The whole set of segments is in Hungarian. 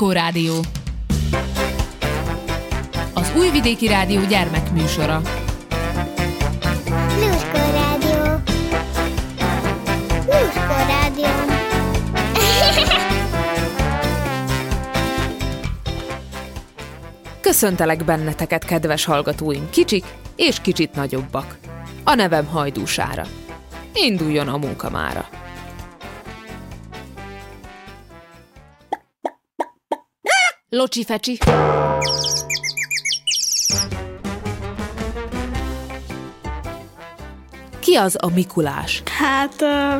Lluskó Rádió. Az Újvidéki Rádió gyermekműsora. Lluskó Rádió. Lluskó Rádió. Köszöntelek benneteket, kedves hallgatóim, kicsik és kicsit nagyobbak. A nevem Hajdú Sára. Induljon a munka mára. Locsi fecsi. Ki az a Mikulás? Hát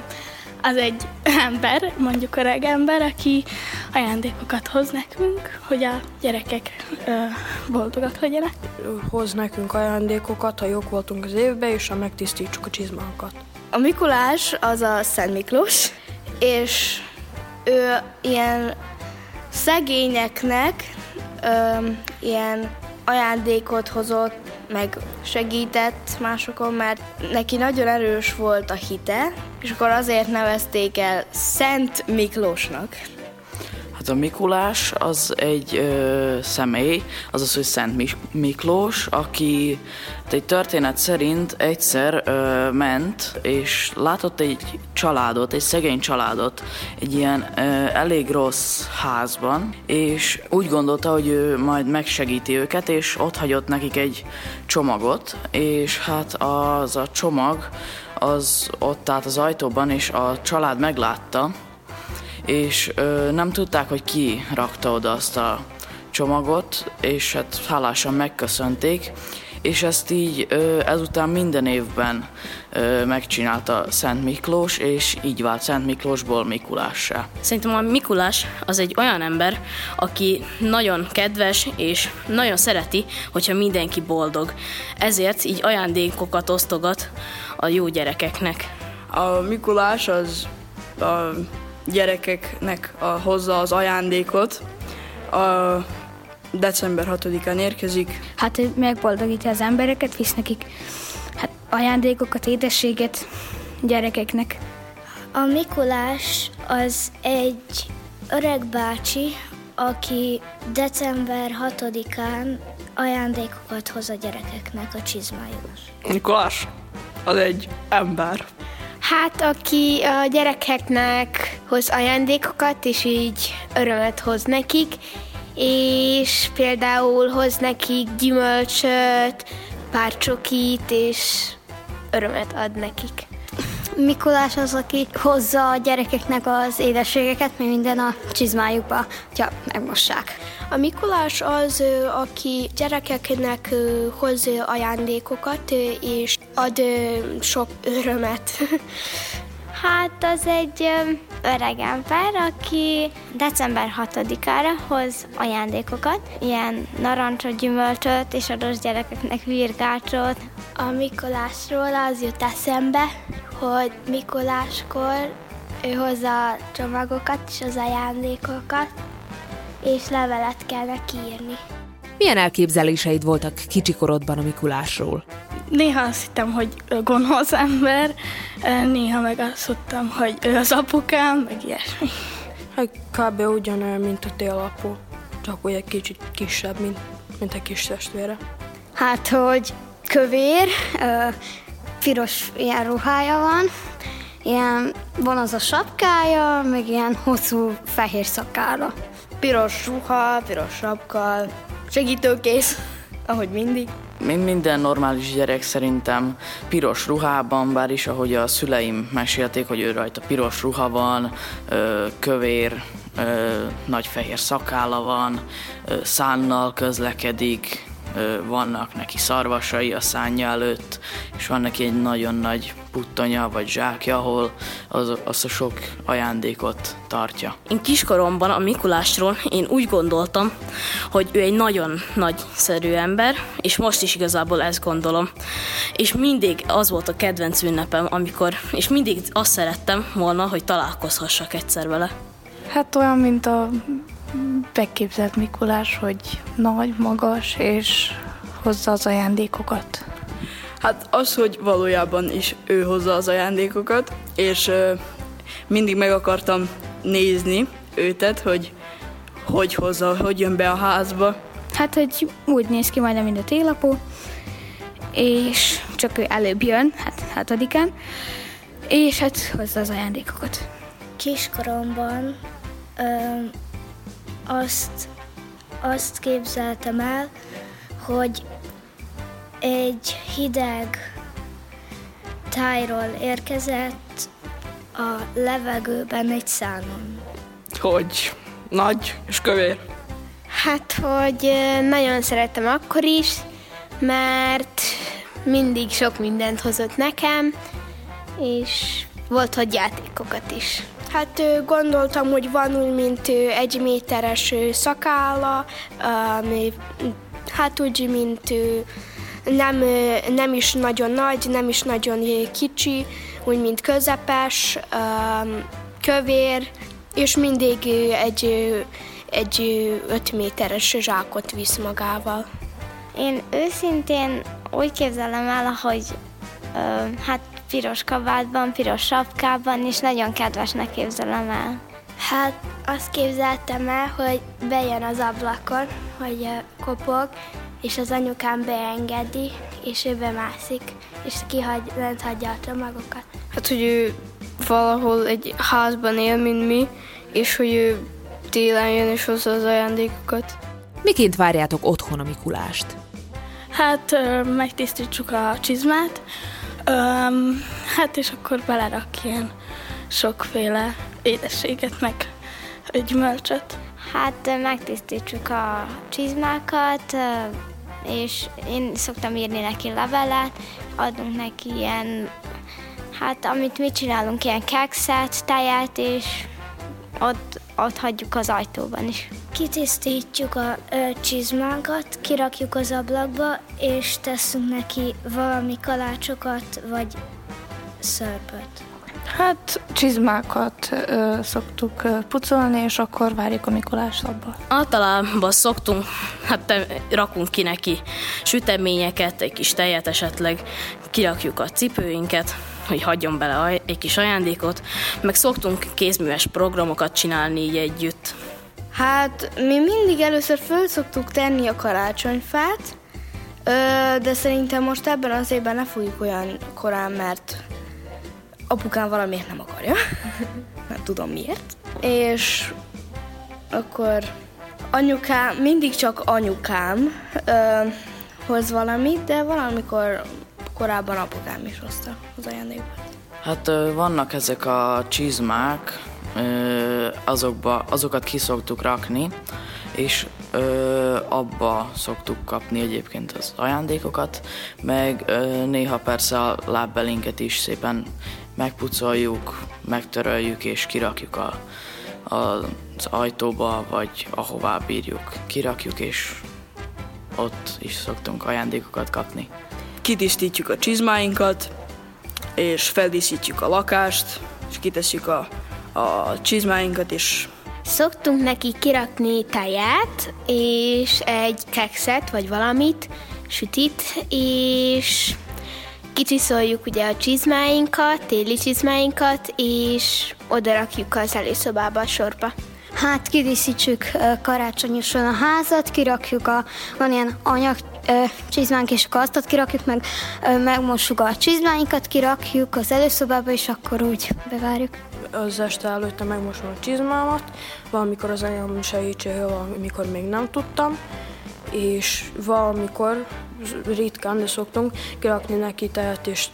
az egy ember, mondjuk öreg ember, aki ajándékokat hoz nekünk, hogy a gyerekek boldogak legyenek. Hoz nekünk ajándékokat, ha jók voltunk az évben, és ha megtisztítsuk a csizmánkat. A Mikulás az a Szent Miklós, és ő ilyen szegényeknek ilyen ajándékot hozott, meg segített másokon, mert neki nagyon erős volt a hite, és akkor azért nevezték el Szent Miklósnak. Hát a Mikulás az egy személy, azaz, hogy Szent Miklós, aki egy történet szerint egyszer ment, és látott egy családot, egy szegény családot, egy ilyen elég rossz házban, és úgy gondolta, hogy ő majd megsegíti őket, és ott hagyott nekik egy csomagot, és hát az a csomag az ott állt az ajtóban, és a család meglátta, és nem tudták, hogy ki rakta oda azt a csomagot, és hát hálásan megköszönték, és ezt így ezután minden évben megcsinálta Szent Miklós, és így vált Szent Miklósból Mikulássá. Szerintem a Mikulás az egy olyan ember, aki nagyon kedves, és nagyon szereti, hogyha mindenki boldog. Ezért így ajándékokat osztogat a jó gyerekeknek. A Mikulás az a gyerekeknek hozza az ajándékot. A december 6-án érkezik. Hát ő megboldogítja az embereket, visz nekik ajándékokat, édességet gyerekeknek. A Mikulás az egy öreg bácsi, aki december 6-án ajándékokat hoz a gyerekeknek a csizmájukhoz. Mikulás az egy ember. Hát, aki a gyerekeknek hoz ajándékokat, és így örömet hoz nekik, és például hoz nekik gyümölcsöt, pár csokit, és örömet ad nekik. Mikulás az, aki hozza a gyerekeknek az édességeket, mi minden a csizmájukba, hogyha megmossák. A Mikulás az, aki gyerekeknek hoz ajándékokat, és ad sok örömet. Hát az egy öreg ember, aki december 6-ára hoz ajándékokat, ilyen narancsot, gyümölcsöt, és ad a gyerekeknek virgácsot. A Mikulásról az jut eszembe, hogy Mikuláskor ő hozza a csomagokat és az ajándékokat, és levelet kell neki írni. Milyen elképzeléseid voltak kicsikorodban a Mikulásról? Néha azt hittem, hogy gonosz ember, néha meg azt hittem, hogy ő az apukám, meg ilyesmi. Hát kb. Ugyanolyan, mint a télapu, csak úgy egy kicsit kisebb, mint a kis testvére. Hát, hogy kövér, piros ilyen ruhája van, ilyen van az a sapkája, meg ilyen hosszú fehér szakála. Piros ruha, piros sapka, segítőkész, ahogy mindig. Minden normális gyerek szerintem piros ruhában, bár is ahogy a szüleim mesélték, hogy ő rajta piros ruha van, kövér, nagy fehér szakálla van, szánnal közlekedik, vannak neki szarvasai a szánja előtt, és van neki egy nagyon nagy puttonya vagy zsákja, ahol azt a sok ajándékot tartja. Én kiskoromban a Mikulásról én úgy gondoltam, hogy ő egy nagyon nagyszerű ember, és most is igazából ezt gondolom. És mindig az volt a kedvenc ünnepem, és mindig azt szerettem volna, hogy találkozhassak egyszer vele. Hát olyan, mint a beképzelt Mikulás, hogy nagy, magas, és hozza az ajándékokat. Hát az, hogy valójában is ő hozza az ajándékokat, és mindig meg akartam nézni őtet, hogy hogy hozza, hogy jön be a házba. Hát, hogy úgy néz ki majdnem, mint a télapó, és csak ő előbb jön, hát 7-án, és hát hozza az ajándékokat. Kiskoromban azt képzeltem el, hogy egy hideg tájról érkezett a levegőben egy szánon. Hogy nagy és kövér. Hát, hogy nagyon szerettem akkor is, mert mindig sok mindent hozott nekem, és volt, hogy játékokat is. Hát gondoltam, hogy van úgy, mint 1 méteres szakálla, hát úgy, mint nem is nagyon nagy, nem is nagyon kicsi, úgy, mint közepes, kövér, és mindig egy 5 méteres zsákot visz magával. Én őszintén úgy képzelem el, hogy hát piros kabátban, piros sapkában, és nagyon kedvesnek képzelem el. Hát azt képzeltem el, hogy bejön az ablakon, hogy kopog, és az anyukám beengedi, és ő bemászik, és lent hagyja a csomagokat. Hát, hogy ő valahol egy házban él, mint mi, és hogy ő télen jön és hozza az ajándékokat. Miként várjátok otthon a Mikulást? Hát megtisztítsuk a csizmát, hát és akkor belerak ilyen sokféle édességet, meg gyümölcsöt. Hát megtisztítsuk a csizmákat, és én szoktam írni neki levelet, adunk neki ilyen, hát amit mi csinálunk, ilyen kekszet, tejet, és ott hagyjuk az ajtóban is. Kitisztítjuk a csizmákat, kirakjuk az ablakba, és teszünk neki valami kalácsokat, vagy szörpöt. Hát csizmákat szoktuk pucolni, és akkor várjuk a Mikulást abba. Általában szoktunk, rakunk ki neki süteményeket, egy kis tejet esetleg, kirakjuk a cipőinket, hogy hagyjon bele egy kis ajándékot, meg szoktunk kézműves programokat csinálni így együtt. Hát mi mindig először föl szoktuk tenni a karácsonyfát, de szerintem most ebben az évben ne fogjuk olyan korán, mert apukám valamiért nem akarja. Nem tudom miért. És akkor mindig csak anyukám hoz valamit, de valamikor korábban apukám is hozta az ajándékot. Hát vannak ezek a csizmák, azokat ki szoktuk rakni, és abba szoktuk kapni egyébként az ajándékokat, meg néha persze a lábbelinket is szépen megpucoljuk, megtöröljük és kirakjuk az ajtóba, vagy ahová bírjuk. Kirakjuk, és ott is szoktunk ajándékokat kapni. Kitisztítjuk a csizmáinkat, és feldíszítjük a lakást, és kitesszük a csizmáinkat, és Szoktunk neki kirakni tejet, és egy kekszet, vagy valamit, sütit, és kicsiszoljuk ugye a csizmáinkat, téli csizmáinkat, és oda rakjuk az előszobába a sorba. Hát kidíszítsük karácsonyosan a házat, kirakjuk van ilyen anyag csizmánk, és akkor azt kirakjuk, megmossuk a csizmáinkat, kirakjuk az előszobába, és akkor úgy bevárjuk. Az este előtte megmosom a csizmámat, valamikor az anyám segítségével, valamikor még nem tudtam, és valamikor ritkán, de szoktunk kirakni neki tejet és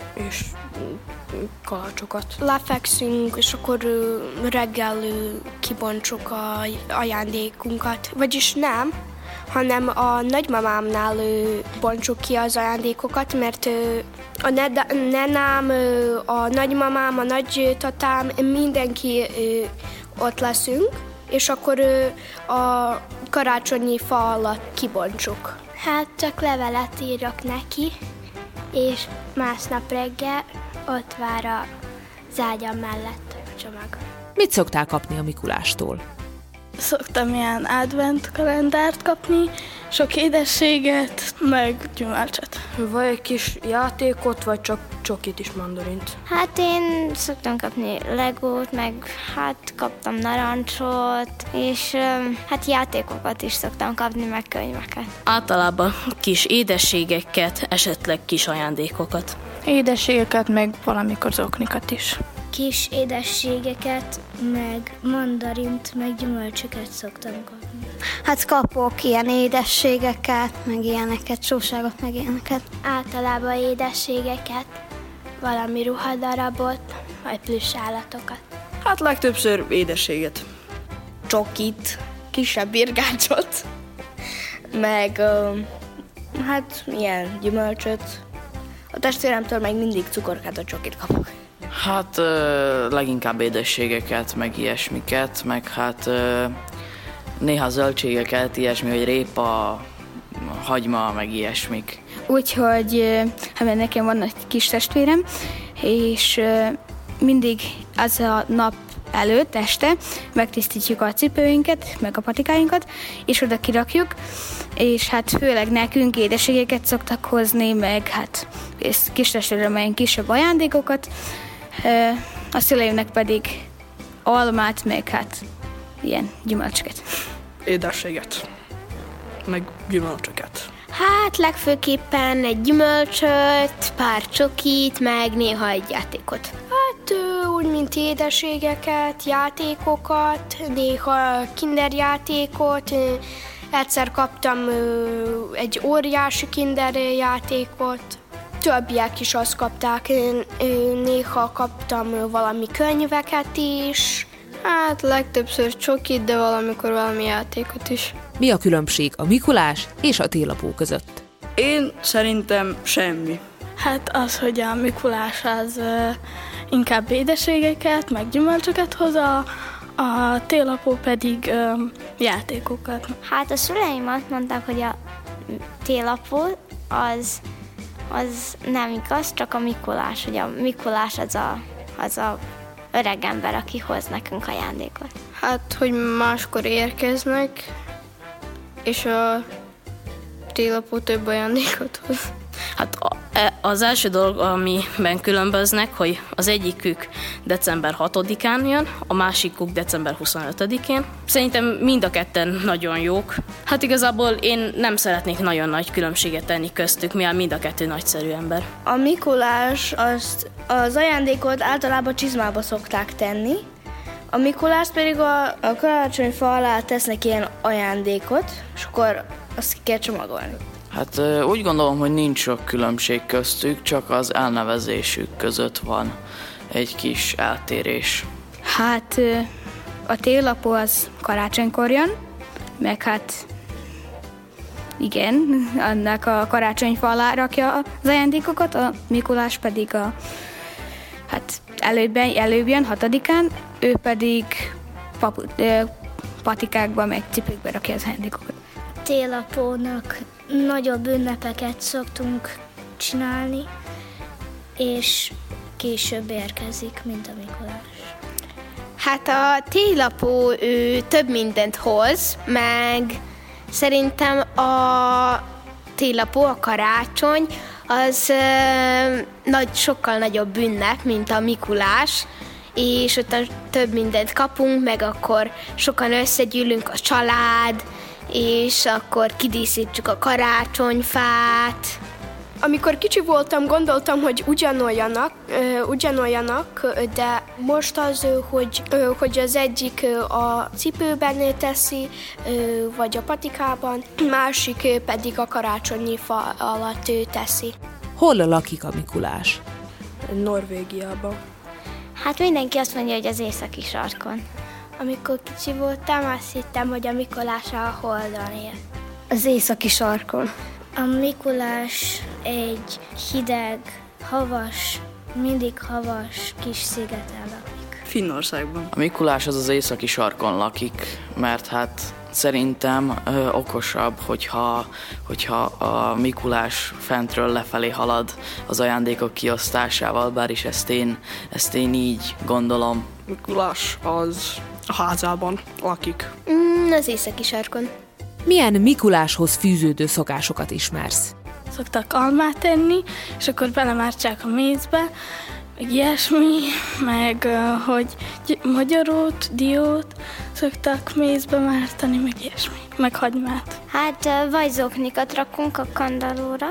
kalácsokat. Lefekszünk, és akkor reggel kibontsuk a ajándékunkat. Vagyis nem, hanem a nagymamámnál bontsuk ki az ajándékokat, mert a nenám, a nagymamám, a nagytatám, mindenki ott leszünk, és akkor a karácsonyi fa alatt kibontsuk. Hát csak levelet írok neki, és másnap reggel ott vár az ágyam mellett a csomag. Mit szoktál kapni a Mikulástól? Szoktam ilyen advent kalendárt kapni, sok édességet, meg gyümölcsöt. Vagy egy kis játékot, vagy csak csokit is, mandorint? Hát én szoktam kapni Legót, meg hát kaptam narancsot, és hát játékokat is szoktam kapni, meg könyveket. Általában kis édességeket, esetleg kis ajándékokat. Édességeket, meg valamikor zoknikat is. Kis édességeket, meg mandarint, meg gyümölcsöket szoktam kapni. Hát kapok ilyen édességeket, meg ilyeneket, sóságot, meg ilyeneket. Általában édességeket, valami ruhadarabot, vagy plusz állatokat. Hát legtöbbször édességet. Csokit, kisebb birgácsot, meg hát ilyen gyümölcsöt. A testvéremtől meg mindig cukorkát a csokit kapok. Hát leginkább édességeket, meg ilyesmiket, meg hát néha zöldségeket, ilyesmi, hogy répa, hagyma, meg ilyesmik. Úgyhogy hát nekem van egy kis testvérem, és mindig az a nap előtt, este megtisztítjuk a cipőinket, meg a patikáinkat, és oda kirakjuk, és hát főleg nekünk édességeket szoktak hozni, meg hát kis testvéremeink kisebb ajándékokat, a szüleimnek pedig almát, meg hát ilyen gyümölcsöket. Édességet, meg gyümölcsöket. Hát legfőképpen egy gyümölcsöt, pár csokit, meg néha egy játékot. Hát úgy, mint édességeket, játékokat, néha kinderjátékot. Egyszer kaptam egy óriási kinderjátékot. Többiek is azt kapták, néha kaptam valami könyveket is. Hát legtöbbször csokit, de valamikor valami játékot is. Mi a különbség a Mikulás és a télapó között? Én szerintem semmi. Hát az, hogy a Mikulás az inkább édességeket, meg gyümölcsöket hoz, a télapó pedig játékokat. Hát a szüleim azt mondták, hogy a télapó az nem igaz, csak a Mikulás, hogy a Mikulás az a öreg ember, aki hoz nekünk ajándékot. Hát, hogy máskor érkeznek, és a télapó több ajándékot hoz. Hát az első dolog, amiben különböznek, hogy az egyikük december 6-án jön, a másikuk december 25-én. Szerintem mind a ketten nagyon jók. Hát igazából én nem szeretnék nagyon nagy különbséget tenni köztük, mivel mind a kettő nagyszerű ember. A Mikulás az ajándékot általában csizmába szokták tenni, a Mikulás pedig a karácsonyfa alá tesznek ilyen ajándékot, és akkor azt ki kell csomagolni. Hát úgy gondolom, hogy nincs sok különbség köztük, csak az elnevezésük között van egy kis eltérés. Hát a télapó az karácsonykor jön, meg hát igen, annak a karácsonyfa alá rakja az ajándékokat, a Mikulás pedig hát előbb jön, 6-án, ő pedig patikákba, meg cipőkbe rakja az ajándékokat. Télapónak nagyobb ünnepeket szoktunk csinálni, és később érkezik, mint a Mikulás. Hát a télapó ő több mindent hoz, meg szerintem a télapó, a karácsony, az sokkal nagyobb ünnep, mint a Mikulás, és ott több mindent kapunk, meg akkor sokan összegyűlünk a család, és akkor kidíszítjük a karácsonyfát. Amikor kicsi voltam, gondoltam, hogy ugyanolyanak, de most az, hogy az egyik a cipőben teszi, vagy a patikában, másik pedig a karácsonyi fa alatt teszi. Hol lakik a Mikulás? Norvégiában. Hát mindenki azt mondja, hogy az északi sarkon. Amikor kicsi voltam, azt hittem, hogy a Mikulás a Holdon él. Az északi sarkon. A Mikulás egy hideg, mindig havas kis szigeten lakik. Finnországban. A Mikulás az északi sarkon lakik, mert hát Szerintem okosabb, hogyha a Mikulás fentről lefelé halad az ajándékok kiosztásával, bár is ezt én így gondolom. Mikulás az a házában lakik. Az északi sarkon. Milyen Mikuláshoz fűződő szokásokat ismersz? Szoktak almát enni, és akkor belemártsák a mézbe, meg ilyesmi, meg hogy magyarót, diót szoktak mézbe mártani, meg ilyesmi, meg hagymát. Hát vagy zoknikat rakunk a kandallóra,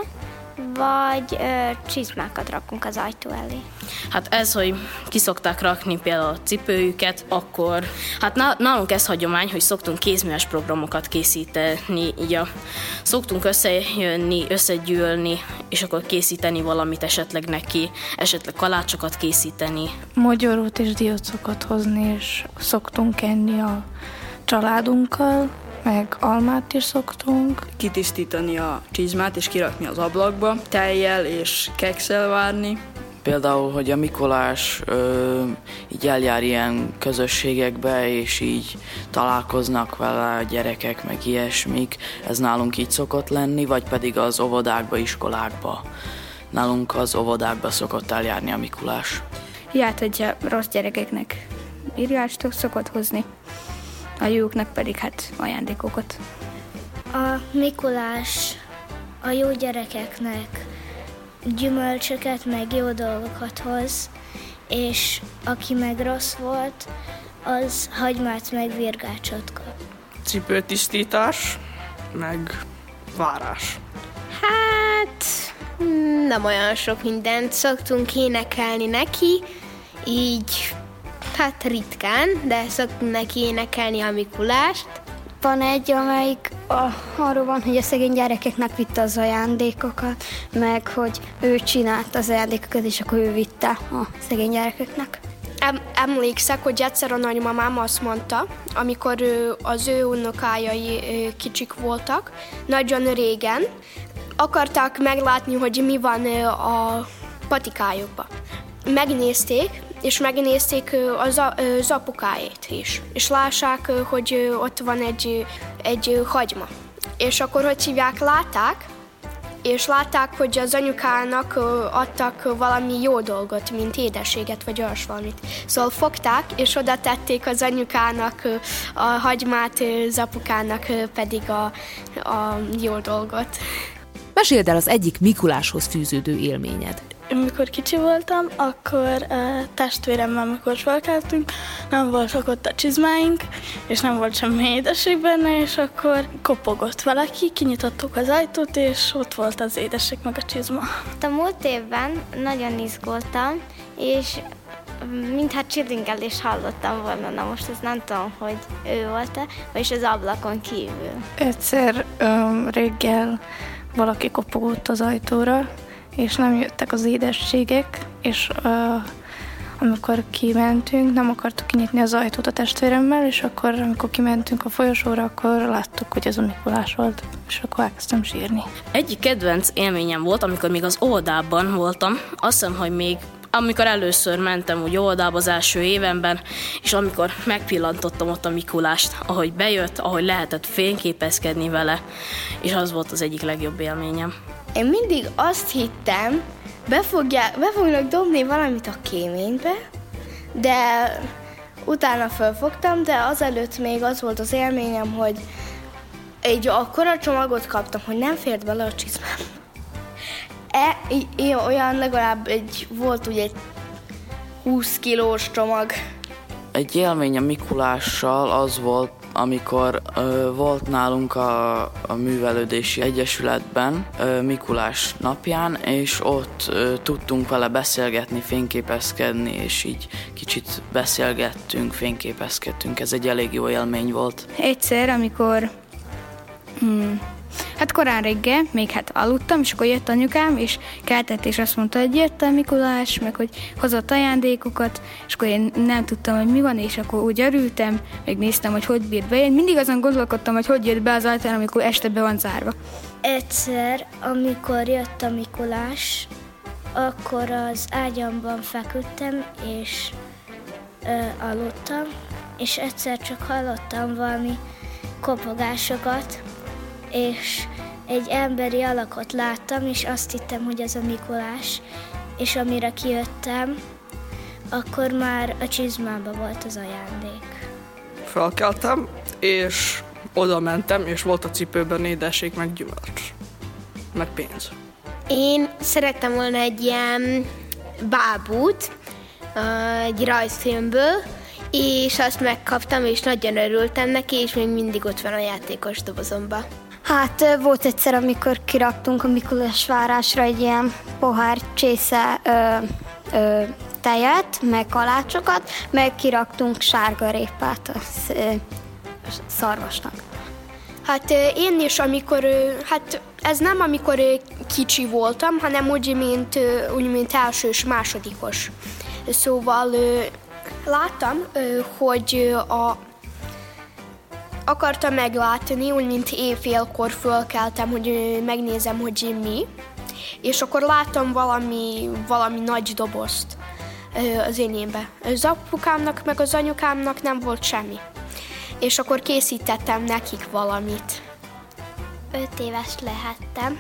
vagy csizmákat rakunk az ajtó elé. Hát ez, hogy ki szokták rakni például a cipőjüket, akkor hát nálunk ez hagyomány, hogy szoktunk kézműves programokat készíteni, szoktunk összejönni, összegyűlni, és akkor készíteni valamit esetleg neki, esetleg kalácsokat készíteni. Mogyorót és diót szokott hozni, és szoktunk enni a családunkkal, meg almát is szoktunk. Kitisztítani a csizmát és kirakni az ablakba, tejjel és kekszel várni. Például, hogy a Mikulás így eljár ilyen közösségekbe, és így találkoznak vele a gyerekek, meg ilyesmik. Ez nálunk így szokott lenni, vagy pedig az óvodákba, iskolákba. Nálunk az óvodákba szokott eljárni a Mikulás. Hát, hogyha rossz gyerekeknek írást szokott hozni, a jóknak pedig hát ajándékokat. A Mikulás a jó gyerekeknek gyümölcsöket, meg jó dolgokat hoz, és aki meg rossz volt, az hagymát, meg virgácsot kap. Cipőtisztítás, meg várás. Hát nem olyan sok mindent szoktunk énekelni neki, így hát ritkán, de szoktunk neki énekelni a Mikulást. Van egy, amelyik arról van, hogy a szegény gyerekeknek vitte az ajándékokat, meg hogy ő csinált az ajándékokat, és akkor ő vitte a szegény gyerekeknek. Emlékszek, hogy egyszer a nagymamám azt mondta, amikor az ő unokái kicsik voltak, nagyon régen, akarták meglátni, hogy mi van a patikájukban. Megnézték az apukájét is, és lássák, hogy ott van egy hagyma. És akkor, hogy hívják, látták, hogy az anyukának adtak valami jó dolgot, mint édességet, vagy olyas valamit. Szóval fogták, és oda tették az anyukának a hagymát, az apukának pedig a jó dolgot. Meséld el az egyik Mikuláshoz fűződő élményed. Amikor kicsi voltam, akkor testvéremmel, amikor felkeltünk, nem voltak ott a csizmáink, és nem volt semmi édesség benne, és akkor kopogott valaki, kinyitottuk az ajtót, és ott volt az édesség meg a csizma. A múlt évben nagyon izgultam, és mintha csilingelést hallottam volna, na most ezt nem tudom, hogy ő volt-e, vagyis az ablakon kívül. Egyszer reggel valaki kopogott az ajtóra, és nem jöttek az édességek, és amikor kimentünk, nem akartuk kinyitni az ajtót a testvéremmel, és akkor, amikor kimentünk a folyosóra, akkor láttuk, hogy ez a Mikulás volt, és akkor elkezdtem sírni. Egyik kedvenc élményem volt, amikor még az óvodában voltam, azt hiszem, hogy még amikor először mentem úgy óvodába az első évemben, és amikor megpillantottam ott a Mikulást, ahogy bejött, ahogy lehetett fényképezkedni vele, és az volt az egyik legjobb élményem. Én mindig azt hittem, be fognak dobni valamit a kéménybe, de utána fölfogtam, de azelőtt még az volt az élményem, hogy egy akkora csomagot kaptam, hogy nem fért bele a csizmám. Olyan legalább volt ugye egy 20 kilós csomag. Egy élmény a Mikulással az volt, amikor volt nálunk a Művelődési Egyesületben Mikulás napján, és ott tudtunk vele beszélgetni, fényképezkedni, és így kicsit beszélgettünk, fényképezkedtünk. Ez egy elég jó élmény volt. Egyszer, amikor korán reggel, még aludtam, és akkor jött anyukám, és keltett, és azt mondta, hogy jött a Mikulás, meg hogy hozott ajándékokat, és akkor én nem tudtam, hogy mi van, és akkor úgy örültem, meg néztem, hogy bírt be. Én mindig azon gondolkodtam, hogy jött be az ajtón, amikor este be van zárva. Egyszer, amikor jött a Mikulás, akkor az ágyamban feküdtem, és aludtam, és egyszer csak hallottam valami kopogásokat, és egy emberi alakot láttam, és azt hittem, hogy ez a Mikulás, és amire kijöttem, akkor már a csizmába volt az ajándék. Felkeltem, és oda mentem, és volt a cipőben édesség, meg gyümölcs, meg pénz. Én szerettem volna egy ilyen bábút, egy rajzfilmből, és azt megkaptam, és nagyon örültem neki, és még mindig ott van a játékos dobozomban. Hát volt egyszer, amikor kiraktunk a Mikulásvárásra egy ilyen pohár csésze tejet, meg kalácsokat, meg kiraktunk sárgarépát a szarvasnak. Hát én is, amikor, hát ez nem amikor kicsi voltam, hanem úgy, mint első és másodikos. Szóval láttam, hogy akartam meglátni, úgy, mint éjfélkor fölkeltem, hogy megnézem, hogy mi, és akkor láttam valami nagy dobozt az enyémbe. Az apukámnak, meg az anyukámnak nem volt semmi. És akkor készítettem nekik valamit. 5 éves lehettem,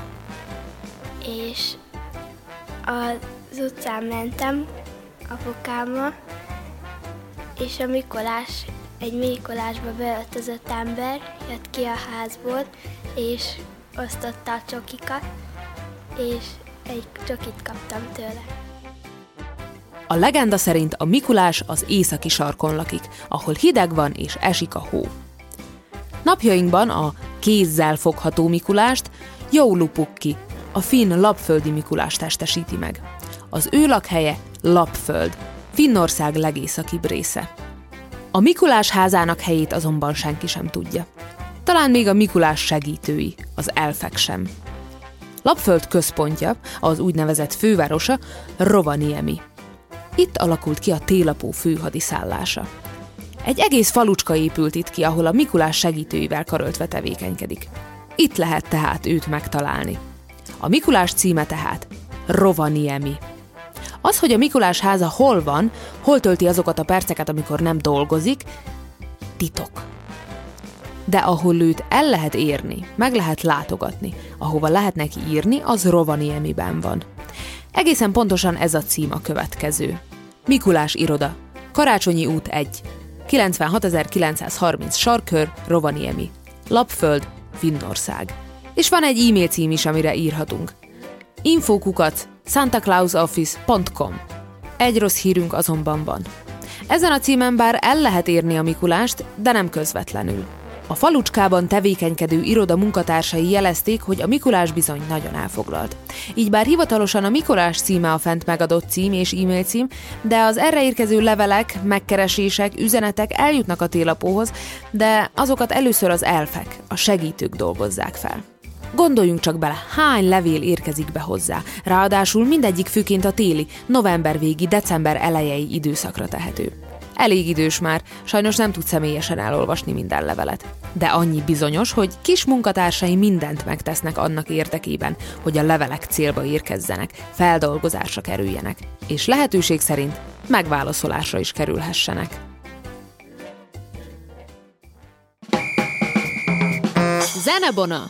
és az utcán mentem apukámmal, és egy Mikulásba beöltözött ember jött ki a házból, és osztotta a csokikat, és egy csokit kaptam tőle. A legenda szerint a Mikulás az északi sarkon lakik, ahol hideg van és esik a hó. Napjainkban a kézzel fogható Mikulást Joulupukki, a finn lapföldi Mikulás testesíti meg. Az ő lakhelye Lapföld, Finnország legészakibb része. A Mikulás házának helyét azonban senki sem tudja. Talán még a Mikulás segítői, az elfek sem. Lapföld központja, az úgynevezett fővárosa Rovaniemi. Itt alakult ki a télapó főhadiszállása. Egy egész falucska épült itt ki, ahol a Mikulás segítőivel karöltve tevékenykedik. Itt lehet tehát őt megtalálni. A Mikulás címe tehát Rovaniemi. Az, hogy a Mikulás háza hol van, hol tölti azokat a perceket, amikor nem dolgozik, titok. De ahol őt el lehet érni, meg lehet látogatni, ahova lehet neki írni, az Rovaniemiben van. Egészen pontosan ez a cím a következő. Mikulás iroda, Karácsonyi út 1, 96930 Sarkkör, Rovaniemi, Lapföld, Finnország. És van egy e-mail cím is, amire írhatunk. info@santaclausoffice.com. Egy rossz hírünk azonban van. Ezen a címen bár el lehet érni a Mikulást, de nem közvetlenül. A falucskában tevékenykedő iroda munkatársai jelezték, hogy a Mikulás bizony nagyon elfoglalt. Így bár hivatalosan a Mikulás címe a fent megadott cím és e-mail cím, de az erre érkező levelek, megkeresések, üzenetek eljutnak a télapóhoz, de azokat először az elfek, a segítők dolgozzák fel. Gondoljunk csak bele, hány levél érkezik be hozzá, ráadásul mindegyik főként a téli, november végi, december elejei időszakra tehető. Elég idős már, sajnos nem tud személyesen elolvasni minden levelet. De annyi bizonyos, hogy kis munkatársai mindent megtesznek annak érdekében, hogy a levelek célba érkezzenek, feldolgozásra kerüljenek, és lehetőség szerint megválaszolásra is kerülhessenek. Zenebona!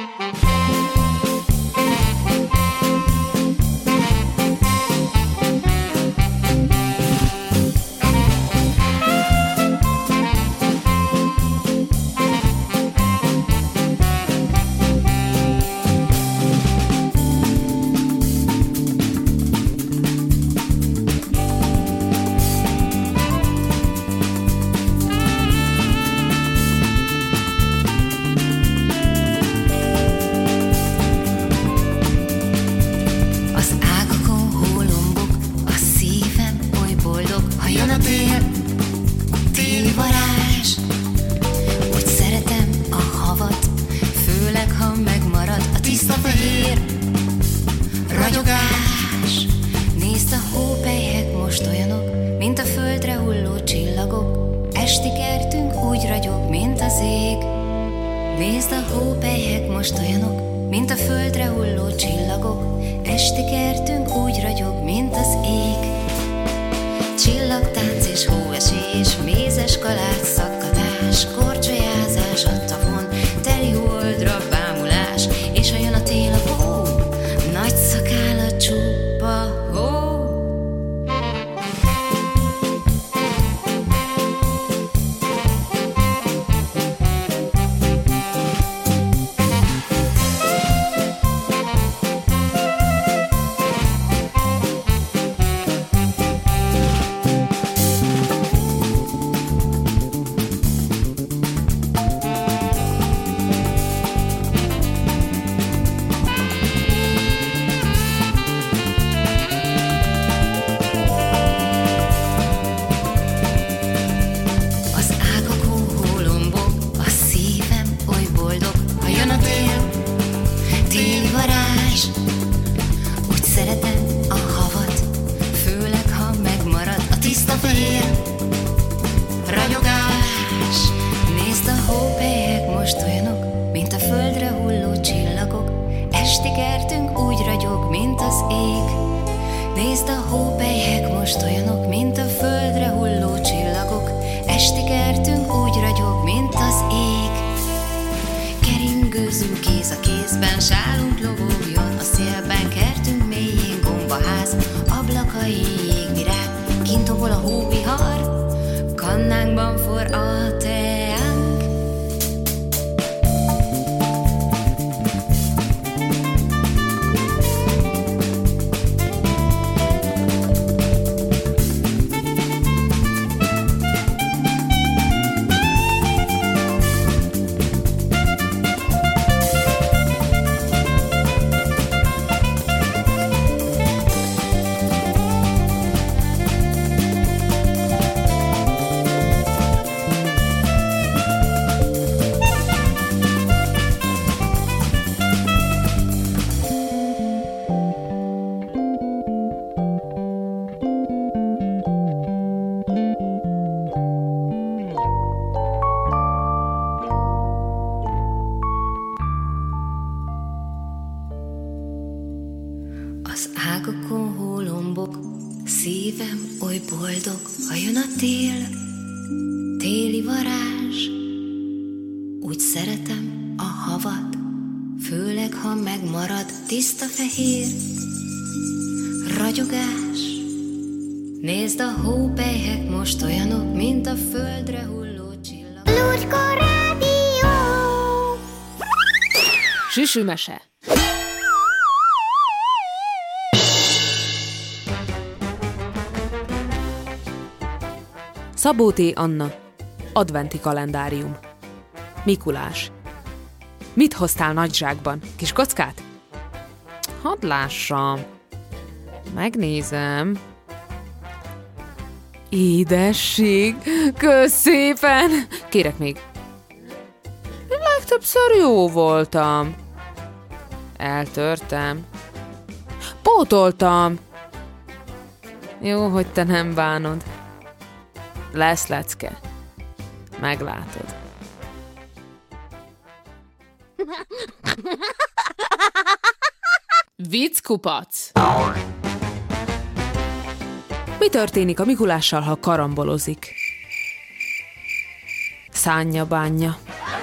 Nézd, a hópelyhek most olyanok, mint a földre hulló csillagok. Esti kertünk úgy ragyog, mint az ég. Csillagtánc és hóesés, mézes kalác, szakadás, korcsolyázás, Ragyogás, nézd a hópelyhek most olyanok, mint a földre hulló csillagok. Esti kertünk úgy ragyog, mint az ég. Nézd a hópelyhek most olyanok, mint a földre hulló csillagok. Esti kertünk úgy ragyog, mint az ég. Keringőzünk kéz a kézben, sálunk lovogjon a szélben. Kertünk mélyén gombaház, ablakai jégvirág. Kint tobol a hóvihar, kannánkban forr a teánk. Az ágakon hólombok, szívem oly boldog, ha jön a tél, téli varázs. Úgy szeretem a havat, főleg ha megmarad tiszta fehér. Ragyogás, nézd a hópelyhek most olyanok, mint a földre hulló csillag. Lurka Rádió! Süsümese. Szabó T. Anna. Adventi kalendárium. Mikulás. Mit hoztál nagy zsákban? Kis kockát? Hadd lássam. Megnézem. Édesség, kösz szépen. Kérek még. Legtöbbször jó voltam. Eltörtem. Pótoltam. Jó, hogy te nem bánod. Lesz lecke. Meglátod. Vicckupac! Mi történik a Mikulással, ha karambolozik? Szánja bánja.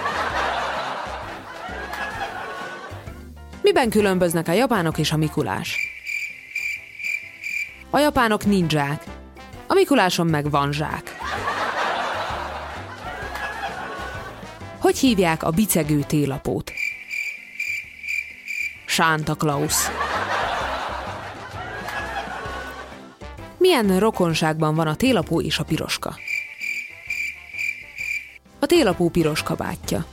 Miben különböznek a japánok és a Mikulás? A japánok nindzsák, a Mikuláson meg van zsák. Hogy hívják a bicegő télapót? Santa Claus. Milyen rokonságban van a télapó és a piroska? A télapó piroska bátyja.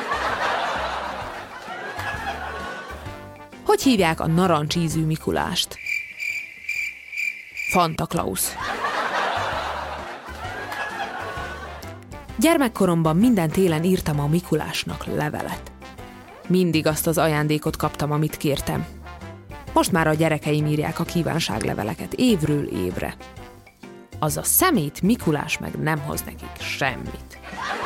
Hogy hívják a narancsízű Mikulást? Fanta Claus. Gyermekkoromban minden télen írtam a Mikulásnak levelet. Mindig azt az ajándékot kaptam, amit kértem. Most már a gyerekeim írják a kívánságleveleket évről évre. Az a szemét Mikulás meg nem hoz nekik semmit.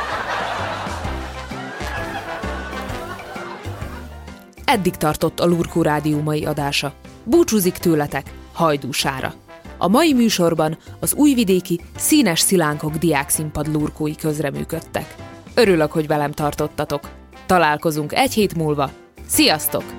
Eddig tartott a Lurkó Rádió mai adása. Búcsúzik tőletek Hajdú Sára. A mai műsorban az újvidéki Színes Szilánkok diákszínpad lurkói közreműködtek. Örülök, hogy velem tartottatok. Találkozunk egy hét múlva. Sziasztok!